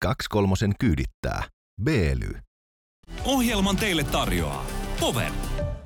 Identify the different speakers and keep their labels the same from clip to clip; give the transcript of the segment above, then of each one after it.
Speaker 1: 23 kyydittää Beely.
Speaker 2: Ohjelman teille tarjoaa Power.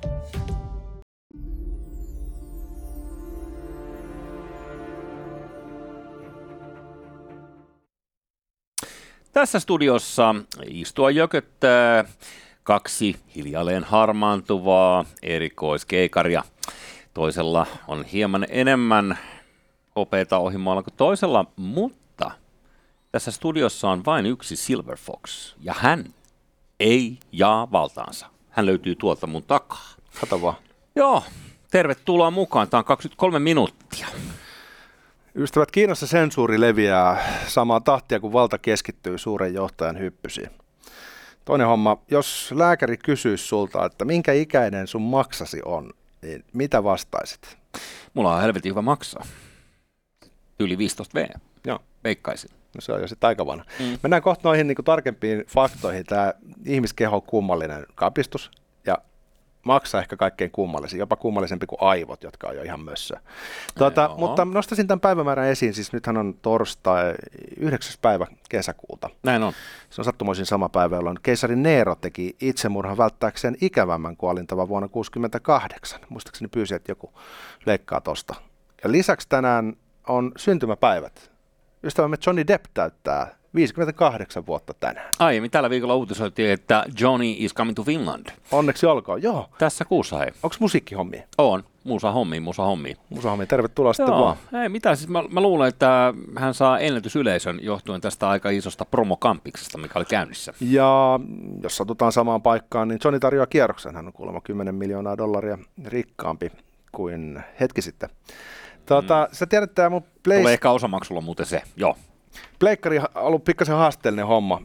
Speaker 3: Tässä studiossa istua jököttää kaksi hiljalleen harmaantuvaa erikoiskeikaria. Toisella on hieman enemmän hopeita ohimaalla kuin toisella, mutta tässä studiossa on vain yksi Silver Fox, ja hän ei jaa valtaansa. Hän löytyy tuolta mun takaa.
Speaker 4: Kato vaan.
Speaker 3: Joo, tervetuloa mukaan. Tämä on 23 minuuttia.
Speaker 4: Ystävät, Kiinassa sensuuri leviää samaa tahtia, kun valta keskittyy suuren johtajan hyppysiin. Toinen homma, jos lääkäri kysyisi sulta, että minkä ikäinen sun maksasi on, niin mitä vastaisit?
Speaker 3: Mulla on helvetin hyvä maksaa. Yli 15V.
Speaker 4: Joo.
Speaker 3: Veikkaisin.
Speaker 4: No se on jo sitten aika vanha. Mennään kohta noihin niin tarkempiin faktoihin. Tämä ihmiskeho on kummallinen kapistus ja maksaa ehkä kaikkein kummallisin, jopa kummallisempi kuin aivot, jotka on jo ihan mössöä. Mutta nostaisin tämän päivämäärän esiin, siis nythän on torstai 9. päivä kesäkuuta.
Speaker 3: Näin on.
Speaker 4: Se on sattumoisin sama päivä, jolloin keisari Nero teki itsemurhan välttääkseen ikävämmän kuolintavan vuonna 1968. Muistaakseni pyysi, että joku leikkaa tosta. Ja lisäksi tänään on syntymäpäivät. Ystävämme Johnny Depp täyttää 58 vuotta tänään.
Speaker 3: Aiemmin tällä viikolla uutisoitiin, että Johnny is coming to Finland.
Speaker 4: Onneksi olkoon, joo.
Speaker 3: Tässä kuussa hei.
Speaker 4: Onko musiikkihommia?
Speaker 3: On. Musa hommia.
Speaker 4: Musahommia, tervetuloa sitten vaan.
Speaker 3: Ei mitään, siis mä luulen, että hän saa ennätysyleisön johtuen tästä aika isosta promokampiksesta, mikä oli käynnissä.
Speaker 4: Ja jos satutaan samaan paikkaan, niin Johnny tarjoaa kierroksen. Hän on kuulemma $10 miljoonaa rikkaampi kuin hetki sitten. Sä tiedät, tämä mun
Speaker 3: tulee ehkä osamaksulla muuten se, joo.
Speaker 4: Pleikkari on ollut pikkasen haasteellinen homma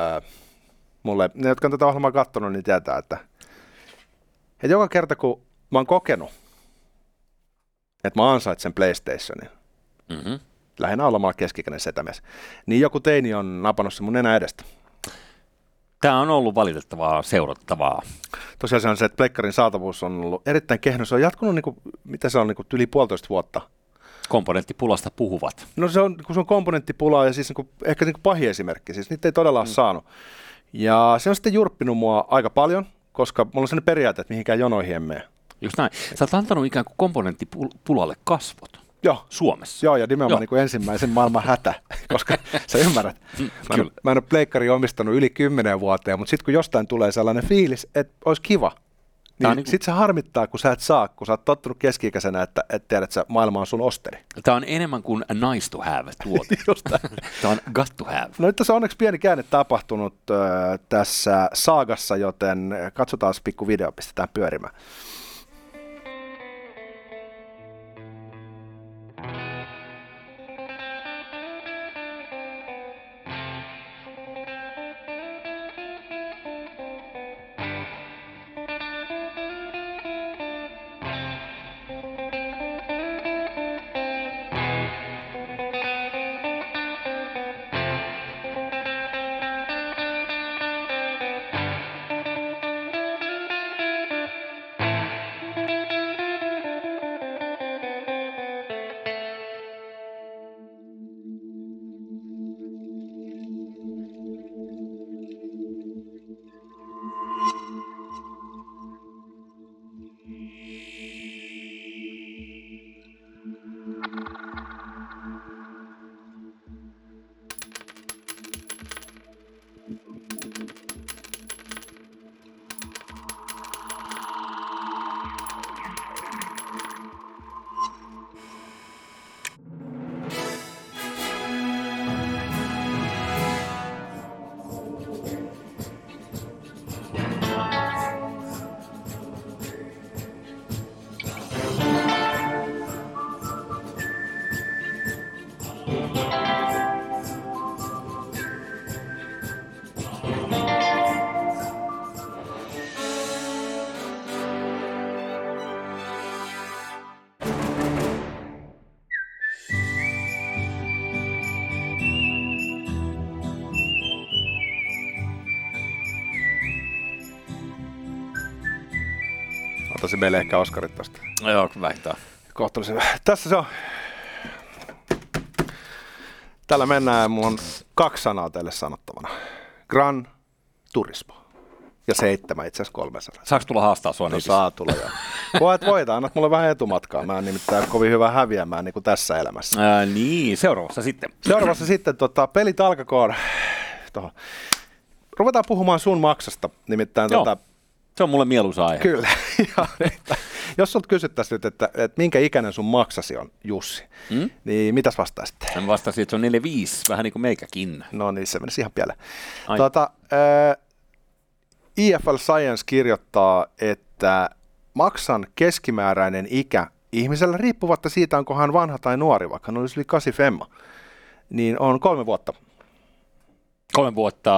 Speaker 4: mulle. Ne, jotka on tätä ohjelmaa katsonut, niin tietää, että joka kerta kun mä oon kokenut, että mä ansaitsen PlayStationin, lähinnä olemalla keskikäinen setämies, niin joku teini on napannut sen mun enää edestä.
Speaker 3: Tämä on ollut valitettavaa seurattavaa.
Speaker 4: Tosiaan se on se, että pleikkarin saatavuus on ollut erittäin kehno. Se on jatkunut, mitä se on, yli 1,5 vuotta.
Speaker 3: Komponenttipulasta puhuvat.
Speaker 4: No se on, kun se on komponenttipulaa ja siis ehkä pahin esimerkki. Siis niitä ei todella ole saanut. Ja se on sitten jurppinut mua aika paljon, koska mulla on sellainen periaate, että mihinkään jonoihin en mene.
Speaker 3: Just näin. Sä oot antanut ikään kuin komponenttipulalle kasvot.
Speaker 4: Joo.
Speaker 3: Suomessa.
Speaker 4: Joo, ja nimenomaan niin ensimmäisen maailman hätä, koska sä ymmärrät. Mä en ole pleikkaria omistanut yli 10 vuoteen, mutta sitten kun jostain tulee sellainen fiilis, että olisi kiva, niin sitten se harmittaa, kun sä et saa, kun sä oot tottunut keski-ikäisenä, että tiedät, että maailma on sun osteri.
Speaker 3: Tämä on enemmän kuin nice to have tuote. Tämä on got to have.
Speaker 4: No nyt tässä on onneksi pieni käänne tapahtunut tässä saagassa, joten katsotaan pikku video, pistetään pyörimään. Otaisi meille ehkä Oskarit tosta.
Speaker 3: Joo, vähintään.
Speaker 4: Kohtuullisen. Tässä se on. Täällä mennään ja mulla on 2 sanaa teille sanottavana. Gran Turismo. Ja 7, itse asiassa 300.
Speaker 2: Saanko tulla haastaa sua?
Speaker 4: No saa tulla, joo. Voit, annat mulle vähän etumatkaa. Mä en nimittäin kovin hyvä häviämään niin kuin tässä elämässä.
Speaker 2: Niin, seuraavassa sitten.
Speaker 4: Seuraavassa sitten pelit alkakoon. Ruvetaan puhumaan sun maksasta. Nimittäin
Speaker 2: Joo. Se on mulle mieluisa aihe.
Speaker 4: Kyllä. Jos sulta kysyttäisiin nyt, että minkä ikäinen sun maksasi on, Jussi, niin mitäs vastaisitte?
Speaker 2: Mä vastasin, että se on 4-5, vähän niin kuin meikäkin.
Speaker 4: No niin, se menisi ihan pieleen. EFL Science kirjoittaa, että maksan keskimääräinen ikä ihmisellä, riippuvatta siitä, onko hän vanha tai nuori, vaikka hän olisi yli 8 femma, niin on 3 vuotta.
Speaker 2: 3 vuotta.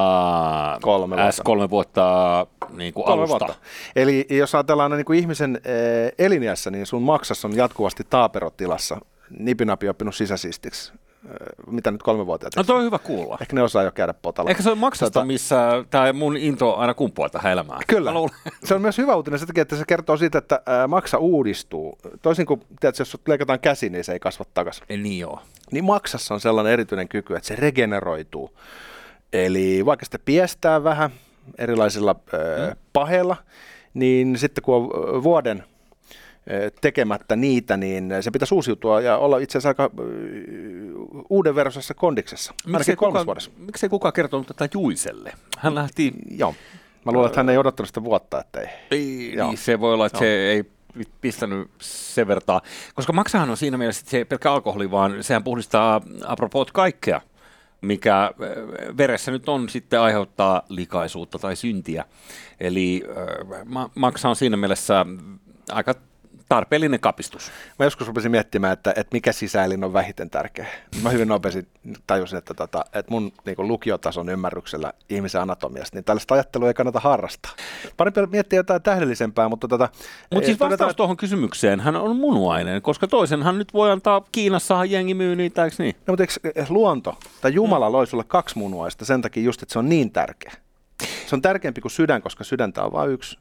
Speaker 4: 3 vuotta.
Speaker 2: 3 vuotta niin kuin
Speaker 4: 3
Speaker 2: alusta.
Speaker 4: vuotta. Eli jos ajatellaan niin kuin ihmisen eliniässä, niin sun maksas on jatkuvasti taaperotilassa. Nipinapi oppinut sisäsiistiksi. Mitä nyt 3-vuotiaat?
Speaker 2: No toi on hyvä kuulla.
Speaker 4: Ehkä ne osaa jo käydä potalla.
Speaker 2: Ehkä se on maksasta, missä tämä mun into aina kumpuaa tähän elämään.
Speaker 4: Kyllä. Se on myös hyvä uutinen sen takia, että se kertoo siitä, että maksa uudistuu. Toisin kuin, tiedätkö, jos leikataan käsi, niin se ei kasva takaisin.
Speaker 2: Niin joo.
Speaker 4: Niin maksassa on sellainen erityinen kyky, että se regeneroituu. Eli vaikka sitä piestää vähän erilaisilla paheilla, niin sitten kun on vuoden tekemättä niitä, niin se pitäisi uusiutua ja olla itse asiassa aika uudenveroisessa kondiksessa, ainakin 3 vuodessa.
Speaker 2: Miksei kukaan kertonut tätä Juiselle? Hän lähti...
Speaker 4: Joo. Mä luulen, että hän ei odottanut sitä vuotta, että ei.
Speaker 2: Niin, se voi olla, että se ei pistänyt sen vertaa. Koska maksahan on siinä mielessä, että se ei pelkkä alkoholi, vaan sehän puhdistaa apropos kaikkea, mikä veressä nyt on sitten aiheuttaa likaisuutta tai syntiä. Eli maksa on siinä mielessä aika tarpeellinen kapistus.
Speaker 4: Mä joskus rupesin miettimään, että mikä sisäelin on vähiten tärkeä. Mä hyvin nopeasti tajusin, että mun niin lukiotason ymmärryksellä ihmisen anatomiasta, niin tällaista ajattelua ei kannata harrastaa. Parempi miettiä jotain tähdellisempää, mutta
Speaker 2: Mutta siis vastaus tuohon kysymykseen, hän on munuainen, koska toisenhan nyt voi antaa Kiinassahan jengi myy niitä, eikö niin?
Speaker 4: No, mutta eikö luonto tai Jumala loi sulle 2 munuaista sen takia just, että se on niin tärkeä. Se on tärkeämpi kuin sydän, koska sydäntä on vain 1.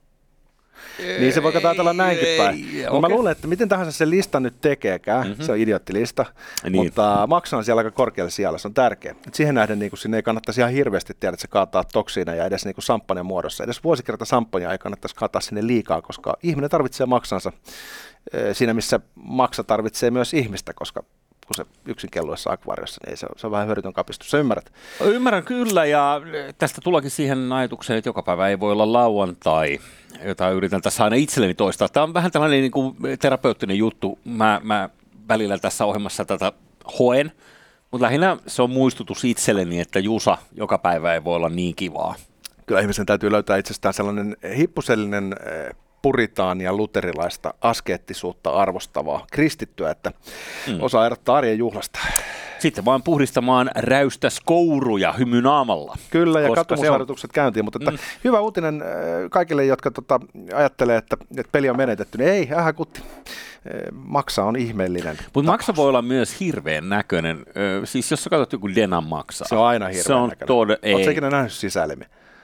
Speaker 4: Niin se voi ajatella näinkin päin. Okay. Mä luulen, että miten tahansa se lista nyt tekeekään, se on idioottilista, niin. Mutta maksa on siellä aika korkealla sijalla, se on tärkeä. Et siihen nähden niin sinne ei kannattaisi ihan hirveästi tiedä, että se kaataa toksiina ja edes niin samppanjan muodossa. Edes vuosikerta samppanjaa ei kannattaisi kaataa sinne liikaa, koska ihminen tarvitsee maksansa siinä, missä maksa tarvitsee myös ihmistä, kossa kun se yksin kelluessa akvaariossa, niin se on vähän hyödytön kapistus. Sä ymmärrät?
Speaker 2: Ymmärrän kyllä, ja tästä tullakin siihen ajatukseen, että joka päivä ei voi olla lauantai, jota yritän tässä aina itselleni toistaa. Tämä on vähän tällainen niin kuin terapeuttinen juttu. Mä välillä tässä ohjelmassa tätä hoen, mutta lähinnä se on muistutus itselleni, että Jusa joka päivä ei voi olla niin kivaa.
Speaker 4: Kyllä ihmisen täytyy löytää itsestään sellainen hippusellinen puritaan ja luterilaista askeettisuutta arvostavaa kristittyä, että osaa erottaa arjen juhlasta.
Speaker 2: Sitten vaan puhdistamaan räystäskouruja hymynaamalla.
Speaker 4: Kyllä, ja katumusharjoitukset käyntiin, mutta hyvä uutinen kaikille, jotka ajattelee, että peli on menetetty, niin ei, kutti. Maksa on ihmeellinen.
Speaker 2: Mutta maksa voi olla myös hirveän näköinen. Siis jos sä katsot joku Denan maksaa.
Speaker 4: Se on aina hirveän näköinen. Oletko ikinä nähnyt sisäilmiä?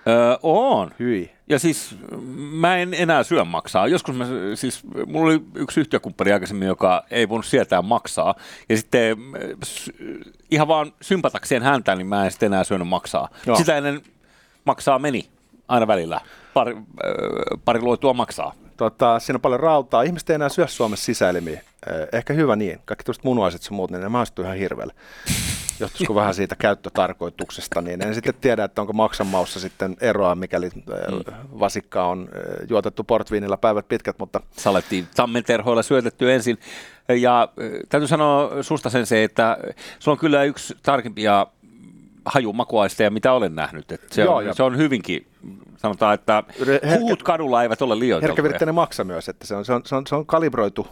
Speaker 2: On.
Speaker 4: Hyi.
Speaker 2: Ja siis mä en enää syö maksaa. Joskus mulla oli yksi yhtiökumppani aikaisemmin, joka ei voinut sietää maksaa. Ja sitten ihan vaan sympatakseen häntä, niin mä en sitten enää syönyt maksaa. Joo. Sitä ennen maksaa meni aina välillä. Pari luotua maksaa.
Speaker 4: Siinä on paljon rautaa. Ihmiset ei enää syö Suomessa sisäilmiä. Ehkä hyvä niin. Kaikki tuosta munuaiset sun muut, niin ne maistuu ihan hirveällä. Johtuisiko vähän siitä käyttötarkoituksesta, niin en sitten tiedä, että onko maksan maussa sitten eroa, mikäli vasikka on juotettu portviinilla päivät pitkät, mutta...
Speaker 2: Salettiin tammenterhoilla syötetty ensin, ja täytyy sanoa susta se, että sulla on kyllä yksi tarkempia hajumakuaisteja, mitä olen nähnyt. Että se on hyvinkin, sanotaan, että huut kadulla eivät ole liioiteltuja.
Speaker 4: Herkkäviritteinen maksa myös, että se on kalibroitu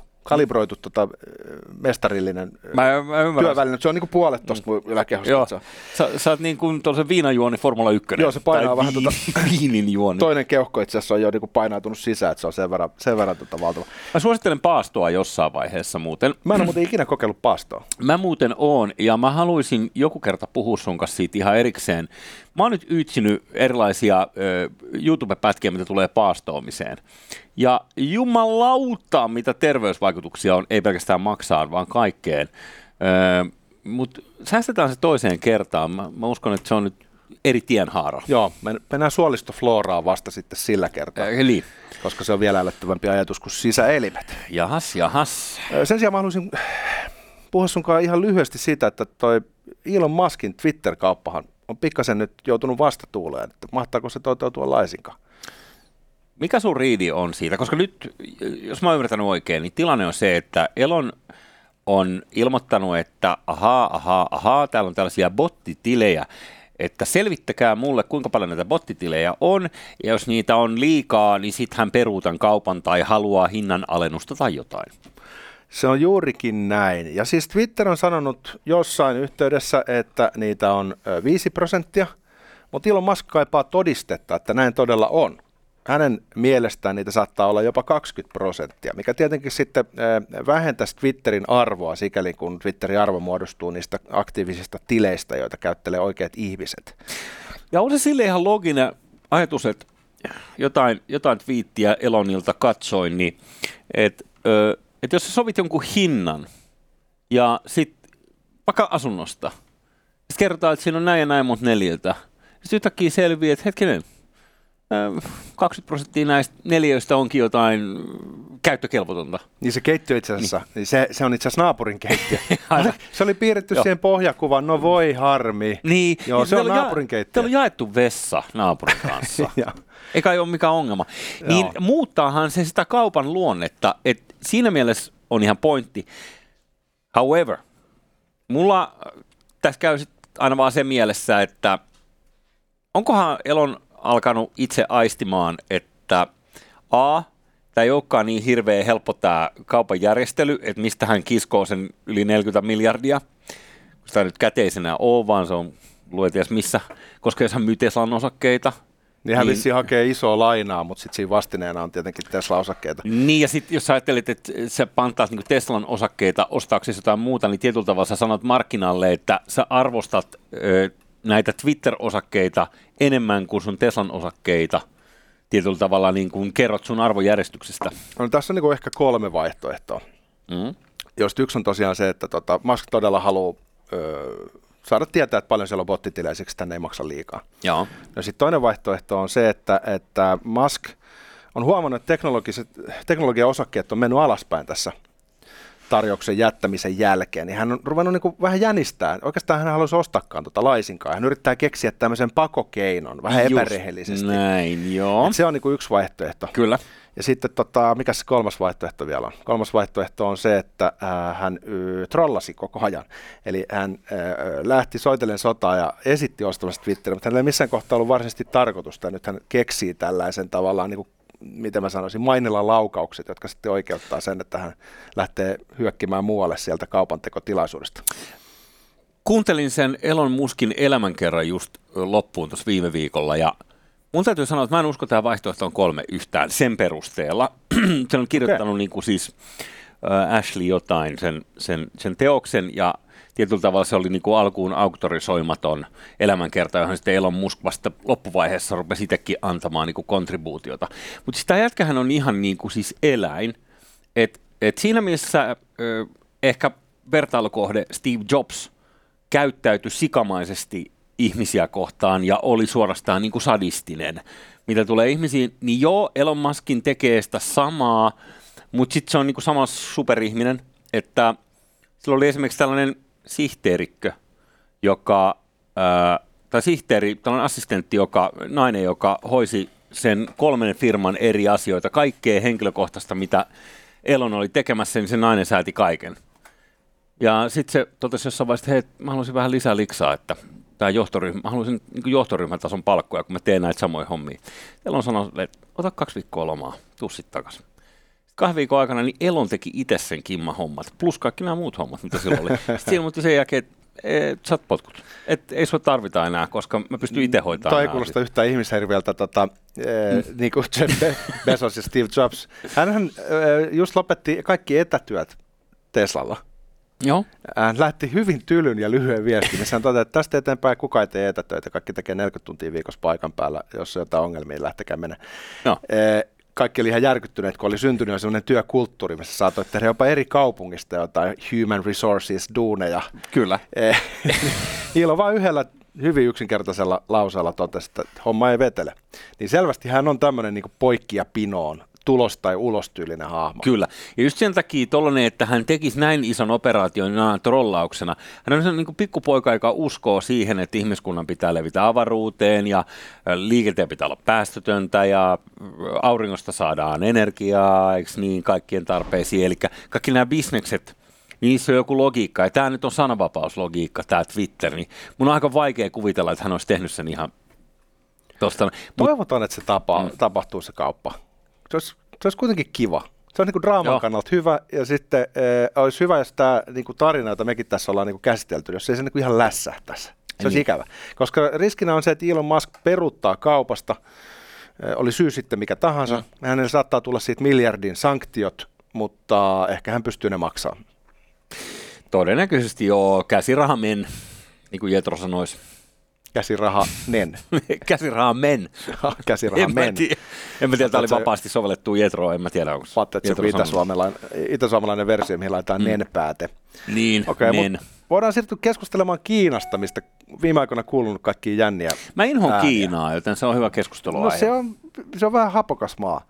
Speaker 4: mestarillinen työväline. Se on niin kuin puolet tuosta yläkehosta.
Speaker 2: Joo. Sä oot niin kuin tuollaisen viinanjuoni Formula 1.
Speaker 4: Joo, se painaa vähän
Speaker 2: viininjuoni.
Speaker 4: Toinen keuhko itse asiassa on jo niin kuin painautunut sisään, että se on sen verran valtava.
Speaker 2: Mä suosittelen paastoa jossain vaiheessa muuten.
Speaker 4: Mä en ole muuten ikinä kokeillut paastoa.
Speaker 2: Mä muuten oon, ja mä haluaisin joku kerta puhua sun kanssa siitä ihan erikseen. Mä oon nyt ytsinyt erilaisia YouTube-pätkiä, mitä tulee paastoamiseen. Ja jumalauta, mitä terveysvaikutuksia on, ei pelkästään maksaan, vaan kaikkeen.
Speaker 3: Mutta säästetään se toiseen kertaan. Mä uskon, että se on nyt eri tienhaara.
Speaker 4: Joo, mennään suolistofloraan vasta sitten sillä kertaa,
Speaker 3: Eli
Speaker 4: koska se on vielä älyttävämpi ajatus kuin sisäelimet.
Speaker 3: jahas.
Speaker 4: Sen sijaan mä haluaisin puhua sunkaan ihan lyhyesti siitä, että toi Elon Muskin Twitter-kauppahan on pikkasen nyt joutunut vastatuuleen, että mahtaako se toteutua laisinkaan?
Speaker 3: Mikä sun riidi on siitä? Koska nyt, jos mä oon ymmärtänyt oikein, niin tilanne on se, että Elon on ilmoittanut, että ahaa, täällä on tällaisia bottitilejä, että selvittäkää mulle, kuinka paljon näitä bottitilejä on, ja jos niitä on liikaa, niin sit hän peruu tämän kaupan tai haluaa hinnan alennusta tai jotain.
Speaker 4: Se on juurikin näin. Ja siis Twitter on sanonut jossain yhteydessä, että niitä on 5%, mutta Elon Musk kaipaa todistetta, että näin todella on. Hänen mielestään niitä saattaa olla jopa 20%, mikä tietenkin sitten vähentäisi Twitterin arvoa, sikäli kun Twitterin arvo muodostuu niistä aktiivisista tileistä, joita käyttelee oikeat ihmiset.
Speaker 3: Ja on se sille ihan looginen ajatus, että jotain twiittiä Elonilta katsoin, niin että jos sä sovit jonkun hinnan ja sitten vaikka asunnosta, sitten kerrotaan, että siinä on näin ja näin monta neliöltä, sitten yhtäkkiä selviää, että hetkinen, 20% näistä neliöistä onkin jotain käyttökelvotonta.
Speaker 4: Niin se keittiö itse asiassa, niin se on itse asiassa naapurin keittiö. Se oli piirretty siihen pohjakuvaan, no voi harmi.
Speaker 3: Niin,
Speaker 4: joo, se on naapurin keittiö.
Speaker 3: Teillä on jaettu vessa naapurin kanssa. Eikä ole mikään ongelma. Niin muuttaahan se sitä kaupan luonnetta, että siinä mielessä on ihan pointti. However, mulla tässä käy sit aina vaan se mielessä, että onkohan Elon alkanut itse aistimaan, että tämä ei olekaan niin hirveän helppo tämä kaupan järjestely, että mistä hän kiskoo sen yli 40 miljardia, kun sitä nyt käteisenä ole, vaan se on lueties missä, koska jos hän myy Teslan osakkeita.
Speaker 4: Niin hän vissiin hakee isoa lainaa, mutta sitten siinä vastineena on tietenkin Tesla-osakkeita.
Speaker 3: Niin, ja sitten jos sä ajattelet, että sä pantaat niin Teslan osakkeita ostaaksesi jotain muuta, niin tietyllä tavalla sä sanot markkinalle, että sä arvostat näitä Twitter-osakkeita enemmän kuin sun Teslan osakkeita. Tietyllä tavalla niin kuin kerrot sun arvojärjestyksestä.
Speaker 4: No, tässä on niin kuin ehkä 3 vaihtoehtoa. Josta yksi on tosiaan se, että Musk todella haluaa saada tietää, että paljon siellä on bottitilejä, siksi tänne ei maksa liikaa.
Speaker 3: Joo.
Speaker 4: No sitten toinen vaihtoehto on se, että Musk on huomannut, että teknologian osakkeet on mennyt alaspäin tässä tarjouksen jättämisen jälkeen, niin hän on ruvennut niin kuin vähän jänistää. Oikeastaan hän haluaisi ostaakaan laisinkaan. Hän yrittää keksiä tämmöisen pakokeinon vähän epärehellisesti.
Speaker 3: Näin, joo.
Speaker 4: Se on niin kuin yksi vaihtoehto.
Speaker 3: Kyllä.
Speaker 4: Ja sitten mikä se 3. vaihtoehto vielä on? 3. vaihtoehto on se, että hän trollasi koko ajan. Eli hän lähti soitellen sotaa ja esitti ostamassa Twitterin, mutta hänellä ei missään kohtaa ollut varsinaisesti tarkoitusta. Nyt hän keksii tällaisen tavallaan, niin kuin, miten mä sanoisin, Mainilan laukaukset, jotka sitten oikeuttaa sen, että hän lähtee hyökkimään muualle sieltä kaupantekotilaisuudesta.
Speaker 3: Kuuntelin sen Elon Muskin elämänkerran just loppuun tuossa viime viikolla ja mun täytyy sanoa, että mä en usko, että tämä vaihtoehto on 3 yhtään sen perusteella. Se on kirjoittanut niin kuin siis Ashley jotain sen teoksen ja tietyllä tavalla se oli niin kuin alkuun auktorisoimaton elämänkerta, johon sitten Elon Musk vasta loppuvaiheessa rupesi itsekin antamaan niin kuin kontribuutiota. Mutta siis tämä jätkähän on ihan niin kuin siis eläin, että siinä mielessä ehkä vertailukohde Steve Jobs käyttäytyi sikamaisesti ihmisiä kohtaan ja oli suorastaan niin kuin sadistinen. Mitä tulee ihmisiin, niin joo, Elon Muskin tekee sitä samaa, mutta sitten se on niin kuin sama superihminen, että sillä oli esimerkiksi tällainen sihteerikkö, tällainen assistentti, nainen, joka hoisi sen 3 firman eri asioita, kaikkea henkilökohtaista, mitä Elon oli tekemässä, niin se nainen sääti kaiken. Ja sitten se totesi jossain vaiheessa, että hei, mä haluaisin vähän lisää liksaa, että tämä johtoryhmä, mä haluaisin niin johtoryhmätason palkkoja, kun mä teen näitä samoja hommia. Elon sanoi, että ota 2 viikkoa lomaa, tuu sitten takaisin. 2 viikon aikana niin Elon teki itse sen kimma-hommat, plus kaikki nämä muut hommat, mitä sillä oli. Sitten ilmoitti sen jälkeen, että saat potkut. Ei sua tarvita enää, koska mä pystyn itse hoitamaan.
Speaker 4: Toi ei kuulosta yhtään ihmishirviöltä, niin kuin Jeff Bezos ja Steve Jobs. Hänhän just lopetti kaikki etätyöt Teslalla.
Speaker 3: Joo.
Speaker 4: Hän lähti hyvin tylyn ja lyhyen viestin, missä hän totesi, että tästä eteenpäin kukaan ei tee etätöitä, kaikki tekee 40 tuntia viikossa paikan päällä, jos on jotain ongelmia, lähtekää mennä. kaikki oli ihan järkyttyneet, kun oli syntynyt jo sellainen työkulttuuri, missä saatoit tehdä jopa eri kaupungista jotain human resources duuneja.
Speaker 2: Kyllä.
Speaker 4: Niillä vaan yhdellä hyvin yksinkertaisella lauseella totesi, että homma ei vetele. Niin selvästi hän on tämmöinen niin poikki ja pinoon tulos- tai ulostyylinen hahmo.
Speaker 2: Kyllä. Ja just sen takia tollainen, että hän tekisi näin ison operaation trollauksena. Hän on sellainen niin kuin pikkupoika, joka uskoo siihen, että ihmiskunnan pitää levitä avaruuteen ja liikenteen pitää olla päästötöntä ja auringosta saadaan energiaa, eikö niin, kaikkien tarpeisiin. Eli kaikki nämä bisnekset, niissä on joku logiikka. Ja tämä nyt on sananvapauslogiikka, tämä Twitter. Niin mun on aika vaikea kuvitella, että hän olisi tehnyt sen ihan tosta.
Speaker 4: Toivotaan, että se tapahtuu se kauppa. Se olisi kuitenkin kiva. Se on niin kuin draaman kannalta hyvä, ja sitten olisi hyvä, jos tämä niin kuin tarina, jota mekin tässä ollaan niin kuin käsitelty, jos ei se niin kuin ihan lässähtäisi. Se olisi ikävä. Koska riskinä on se, että Elon Musk peruuttaa kaupasta, oli syy sitten mikä tahansa. Hänelle saattaa tulla siitä miljardin sanktiot, mutta ehkä hän pystyy ne maksamaan.
Speaker 2: Todennäköisesti käsiraha men, niin kuin Jetro sanoisi.
Speaker 4: Käsiraha nen.
Speaker 2: Käsiraha men.
Speaker 4: Käsiraha men.
Speaker 2: En mä tiedä, tämä oli vapaasti sovellettu Jetroa, en mä tiedä, onko
Speaker 4: se itä-suomalainen versio, mihin laitetaan nen-pääte.
Speaker 2: Niin,
Speaker 4: okay, nen. Voidaan siirtyä keskustelemaan Kiinasta, mistä viime aikoina kuulunut kaikkia jänniä.
Speaker 2: Mä inhoan Kiinaa, joten se on hyvä keskustelua.
Speaker 4: No se on vähän hapokas maa.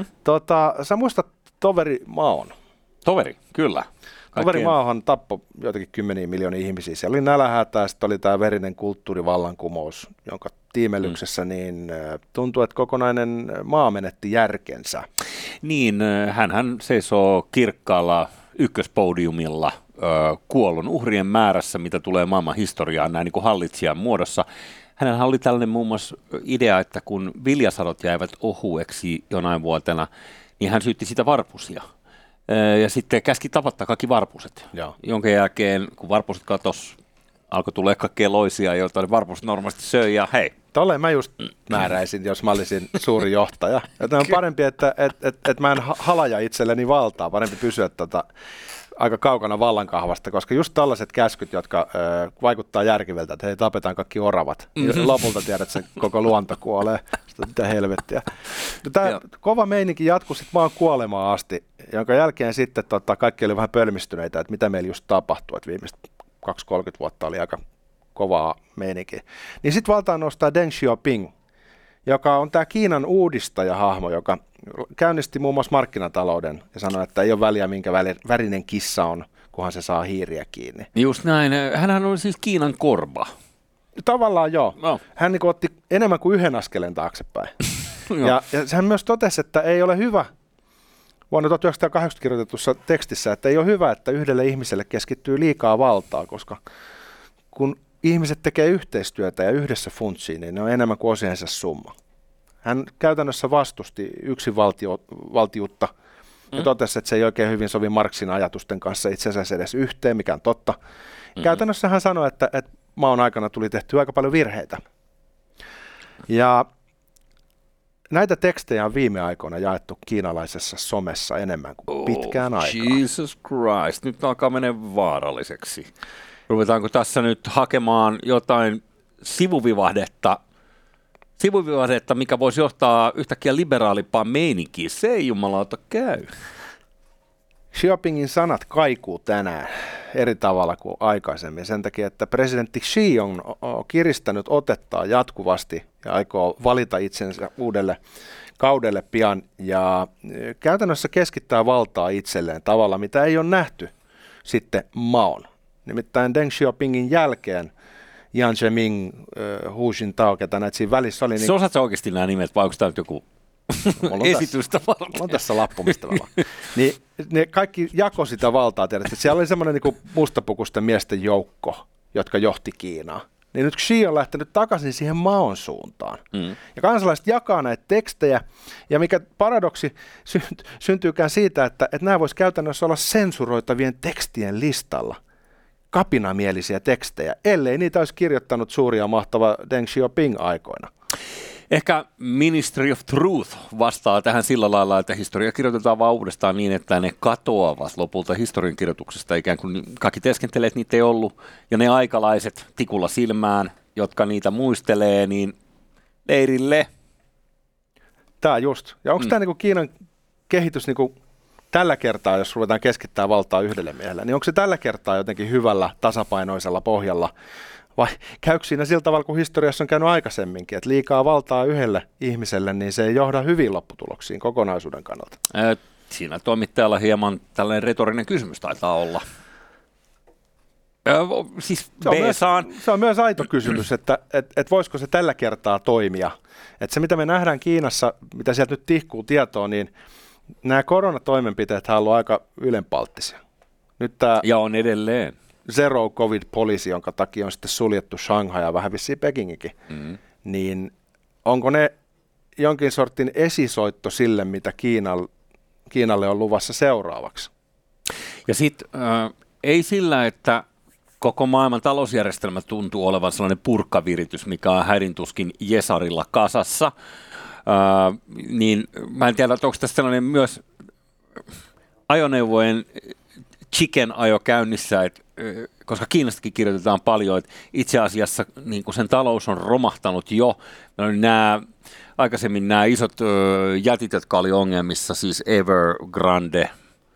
Speaker 4: Sä muistat toveri Maon?
Speaker 2: Toveri, kyllä.
Speaker 4: Toveri Maohan tappoi joitakin 10 miljoonia ihmisiä. Siellä oli nälähätä ja sitten oli tämä verinen kulttuurivallankumous, jonka tiimellyksessä niin tuntuu, että kokonainen maa menetti järkensä.
Speaker 2: Niin, hänhän seisoo kirkkaalla ykköspodiumilla kuollun uhrien määrässä, mitä tulee maailman historiaan näin niin kuin hallitsijan muodossa. Hänellä oli tällainen muun muassa idea, että kun viljasadot jäivät ohueksi jonain vuotena, niin hän syytti sitä varpusia. Ja sitten käski tapattaa kaikki varpuset, jonka jälkeen, kun varpuset katosi, alkoi tulla kaikkea loisia, joita varpuset normaalisti söi, ja hei.
Speaker 4: Tolleen mä just määräisin, jos mä olisin suuri johtaja. Että on parempi, että mä en halaja itselleni valtaa, parempi pysyä aika kaukana vallankahvasta, koska just tällaiset käskyt, jotka vaikuttaa järkiviltä, että hei, tapetaan kaikki oravat. Lopulta tiedät, että se koko luonto kuolee. Mitä helvettiä. Tämä kova meininki jatkui sitten maan kuolemaan asti, jonka jälkeen sitten kaikki oli vähän pölmistyneitä, että mitä meillä just tapahtui, että viimeiset 20-30 vuotta oli aika kovaa meininkiä. Niin sitten valtaan nostaa Deng Xiaoping, joka on tämä Kiinan uudistajahahmo, joka käynnisti muun muassa markkinatalouden ja sanoi, että ei ole väliä, minkä värinen kissa on, kunhan se saa hiiriä kiinni.
Speaker 2: Just näin. Hänhän on siis Kiinan korba.
Speaker 4: Tavallaan joo. No. Hän niin otti enemmän kuin yhden askeleen taaksepäin. ja hän myös totesi, että ei ole hyvä, vuonna 1980 kirjoitetussa tekstissä, että ei ole hyvä, että yhdelle ihmiselle keskittyy liikaa valtaa, koska kun ihmiset tekee yhteistyötä ja yhdessä funtsii, niin ne on enemmän kuin osiensa summa. Hän käytännössä vastusti yksinvaltiutta ja totesi, että se ei oikein hyvin sovi Marxin ajatusten kanssa itse asiassa edes yhteen, mikä on totta. Käytännössä hän sanoi, että Maon aikana tuli tehty aika paljon virheitä. Ja näitä tekstejä on viime aikoina jaettu kiinalaisessa somessa enemmän kuin pitkään aikaan.
Speaker 2: Jesus Christ, nyt alkaa mennä vaaralliseksi. Ruvetaanko tässä nyt hakemaan jotain sivuvivahdetta, mikä voisi johtaa yhtäkkiä liberaalipaan meininkiin? Se ei jumalauta käy.
Speaker 4: Xiaopingin sanat kaikuu tänään eri tavalla kuin aikaisemmin sen takia, että presidentti Xi on kiristänyt otettaan jatkuvasti ja aikoo valita itsensä uudelle kaudelle pian ja käytännössä keskittää valtaa itselleen tavalla, mitä ei ole nähty sitten Maon. Nimittäin Deng Xiaopingin jälkeen Jiang Zemin, Hu Jintao, ketä näitä siinä välissä oli.
Speaker 2: Niin osaatko oikeasti nämä nimet, vai onko tämä nyt joku esitystä varten?
Speaker 4: Mulla on tässä lappu, mistä mä vaan. Niin ne kaikki jakoi sitä valtaa, tiedätkö? Siellä oli semmoinen niin kuin mustapukusten miesten joukko, jotka johti Kiinaa. Niin nyt Xi on lähtenyt takaisin siihen Maon suuntaan. Ja kansalaiset jakaa näitä tekstejä, ja mikä paradoksi syntyykään siitä, että nämä voisi käytännössä olla sensuroitavien tekstien listalla. Kapinamielisiä tekstejä, ellei niitä olisi kirjoittanut suuri ja mahtava Deng Xiaoping aikoina.
Speaker 2: Ehkä Ministry of Truth vastaa tähän sillä lailla, että historia kirjoitetaan vaan uudestaan niin, että ne katoavat lopulta historiankirjoituksesta, ikään kuin kaikki teeskentelee, että niitä ei ollut, ja ne aikalaiset tikulla silmään, jotka niitä muistelee, niin leirille.
Speaker 4: Tämä just. Ja onko tämä niinku Kiinan kehitys niinku tällä kertaa, jos ruvetaan keskittämään valtaa yhdelle miehelle, niin onko se tällä kertaa jotenkin hyvällä, tasapainoisella pohjalla? Vai käykö siinä sillä tavalla, kun historiassa on käynyt aikaisemminkin, että liikaa valtaa yhdelle ihmiselle, niin se ei johda hyviin lopputuloksiin kokonaisuuden kannalta?
Speaker 3: Siinä toimittajalla hieman tällainen retorinen kysymys taitaa olla. Siis
Speaker 4: se on myös aito kysymys, että voisiko se tällä kertaa toimia. Että se, mitä me nähdään Kiinassa, mitä sieltä nyt tihkuu tietoa, niin nämä koronatoimenpiteet on ollut aika ylenpalttisia. Nyt tämä
Speaker 3: ja on edelleen.
Speaker 4: Zero COVID-poliisi, jonka takia on sitten suljettu Shanghai ja vähän vissiin Pekingikin, niin onko ne jonkin sortin esisoitto sille, mitä Kiinalle on luvassa seuraavaksi?
Speaker 3: Ja sitten ei sillä, että koko maailman talousjärjestelmä tuntuu olevan sellainen purkkaviritys, mikä on hädintuskin jesarilla kasassa, niin mä en tiedä, onko tässä sellainen myös ajoneuvojen chicken ajo käynnissä, että koska Kiinastakin kirjoitetaan paljon, että itse asiassa niin kun sen talous on romahtanut jo, aikaisemmin nämä isot jätit, jotka oli ongelmissa, siis Evergrande,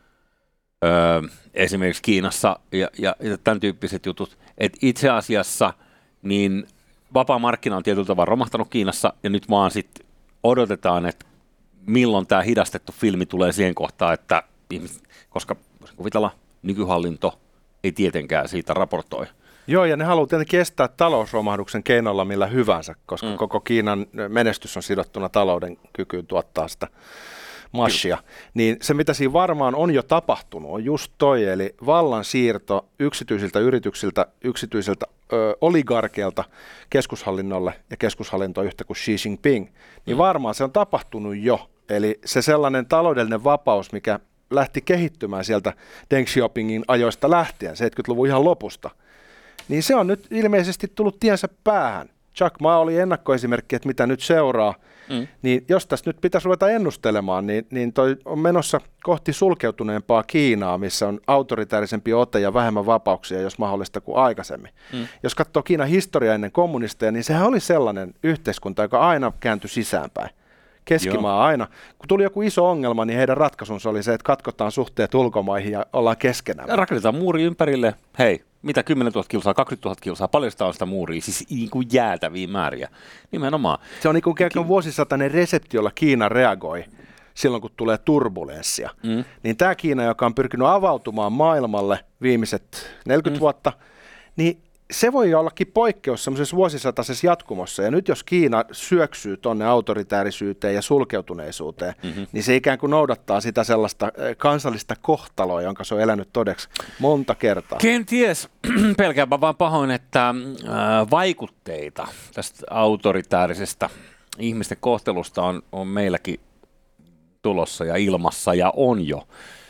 Speaker 3: esimerkiksi Kiinassa ja tämän tyyppiset jutut, että itse asiassa niin vapaa markkina on tietyllä tavalla romahtanut Kiinassa ja nyt vaan sitten odotetaan, että milloin tämä hidastettu filmi tulee siihen kohtaan, että koska kuvitella nykyhallinto ei tietenkään siitä raportoi.
Speaker 4: Joo, ja ne haluaa tietenkin estää talousromahduksen keinolla millä hyvänsä, koska koko Kiinan menestys on sidottuna talouden kykyyn tuottaa sitä massia. Niin se, mitä siinä varmaan on jo tapahtunut, on just toi, eli vallansiirto yksityisiltä yrityksiltä, yksityisiltä oligarkeilta keskushallinnolle ja keskushallinto yhtä kuin Xi Jinping, niin varmaan se on tapahtunut jo. Eli se sellainen taloudellinen vapaus, mikä lähti kehittymään sieltä Deng Xiaopingin ajoista lähtien, 70-luvun ihan lopusta, niin se on nyt ilmeisesti tullut tiensä päähän. Jack Ma oli ennakkoesimerkki, että mitä nyt seuraa, niin jos tässä nyt pitäisi ruveta ennustelemaan, niin toi on menossa kohti sulkeutuneempaa Kiinaa, missä on autoritäärisempi ote ja vähemmän vapauksia, jos mahdollista kuin aikaisemmin. Jos katsoo Kiinan historiaa ennen kommunisteja, niin sehän oli sellainen yhteiskunta, joka aina kääntyi sisäänpäin. Keskimaa aina. Kun tuli joku iso ongelma, niin heidän ratkaisunsa oli se, että katkotaan suhteet ulkomaihin ja ollaan keskenään.
Speaker 3: Rakennetaan muuri ympärille. Hei, mitä 10 000 kilsaa, 20 000 kilsaa, paljon sitä on sitä muuria, siis niin kuin jäätäviä määriä. Nimenomaan.
Speaker 4: Se on niin kuin vuosisatainen resepti, jolla Kiina reagoi silloin, kun tulee turbulenssia. Niin tämä Kiina, joka on pyrkinyt avautumaan maailmalle viimeiset 40 vuotta, niin se voi ollakin poikkeus semmoisessa vuosisataisessa jatkumossa, ja nyt jos Kiina syöksyy tuonne autoritäärisyyteen ja sulkeutuneisuuteen, niin se ikään kuin noudattaa sitä sellaista kansallista kohtaloa, jonka se on elänyt todeksi monta kertaa.
Speaker 3: Kenties, pelkäänpä vaan pahoin, että vaikutteita tästä autoritäärisestä ihmisten kohtelusta on meilläkin tulossa ja ilmassa ja on jo.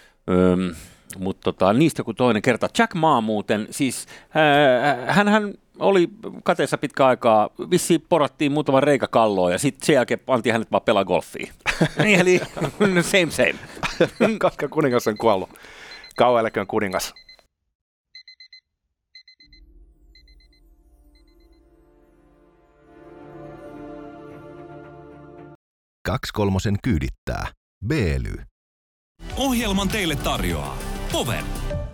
Speaker 3: Mutta niistä joku toinen kerta. Jack Ma muuten, siis hänhän oli kateessa pitkä aikaa, vissiin porattiin muutaman reikä kalloon ja sitten sen jälkeen pantiin hänet vaan pelaa golfia. Eli same.
Speaker 4: Koska kuningas on kuollut. Kauan eläköön kuningas.
Speaker 1: Kaksi kolmosen kyydittää. Beely.
Speaker 5: Ohjelman teille tarjoaa Power.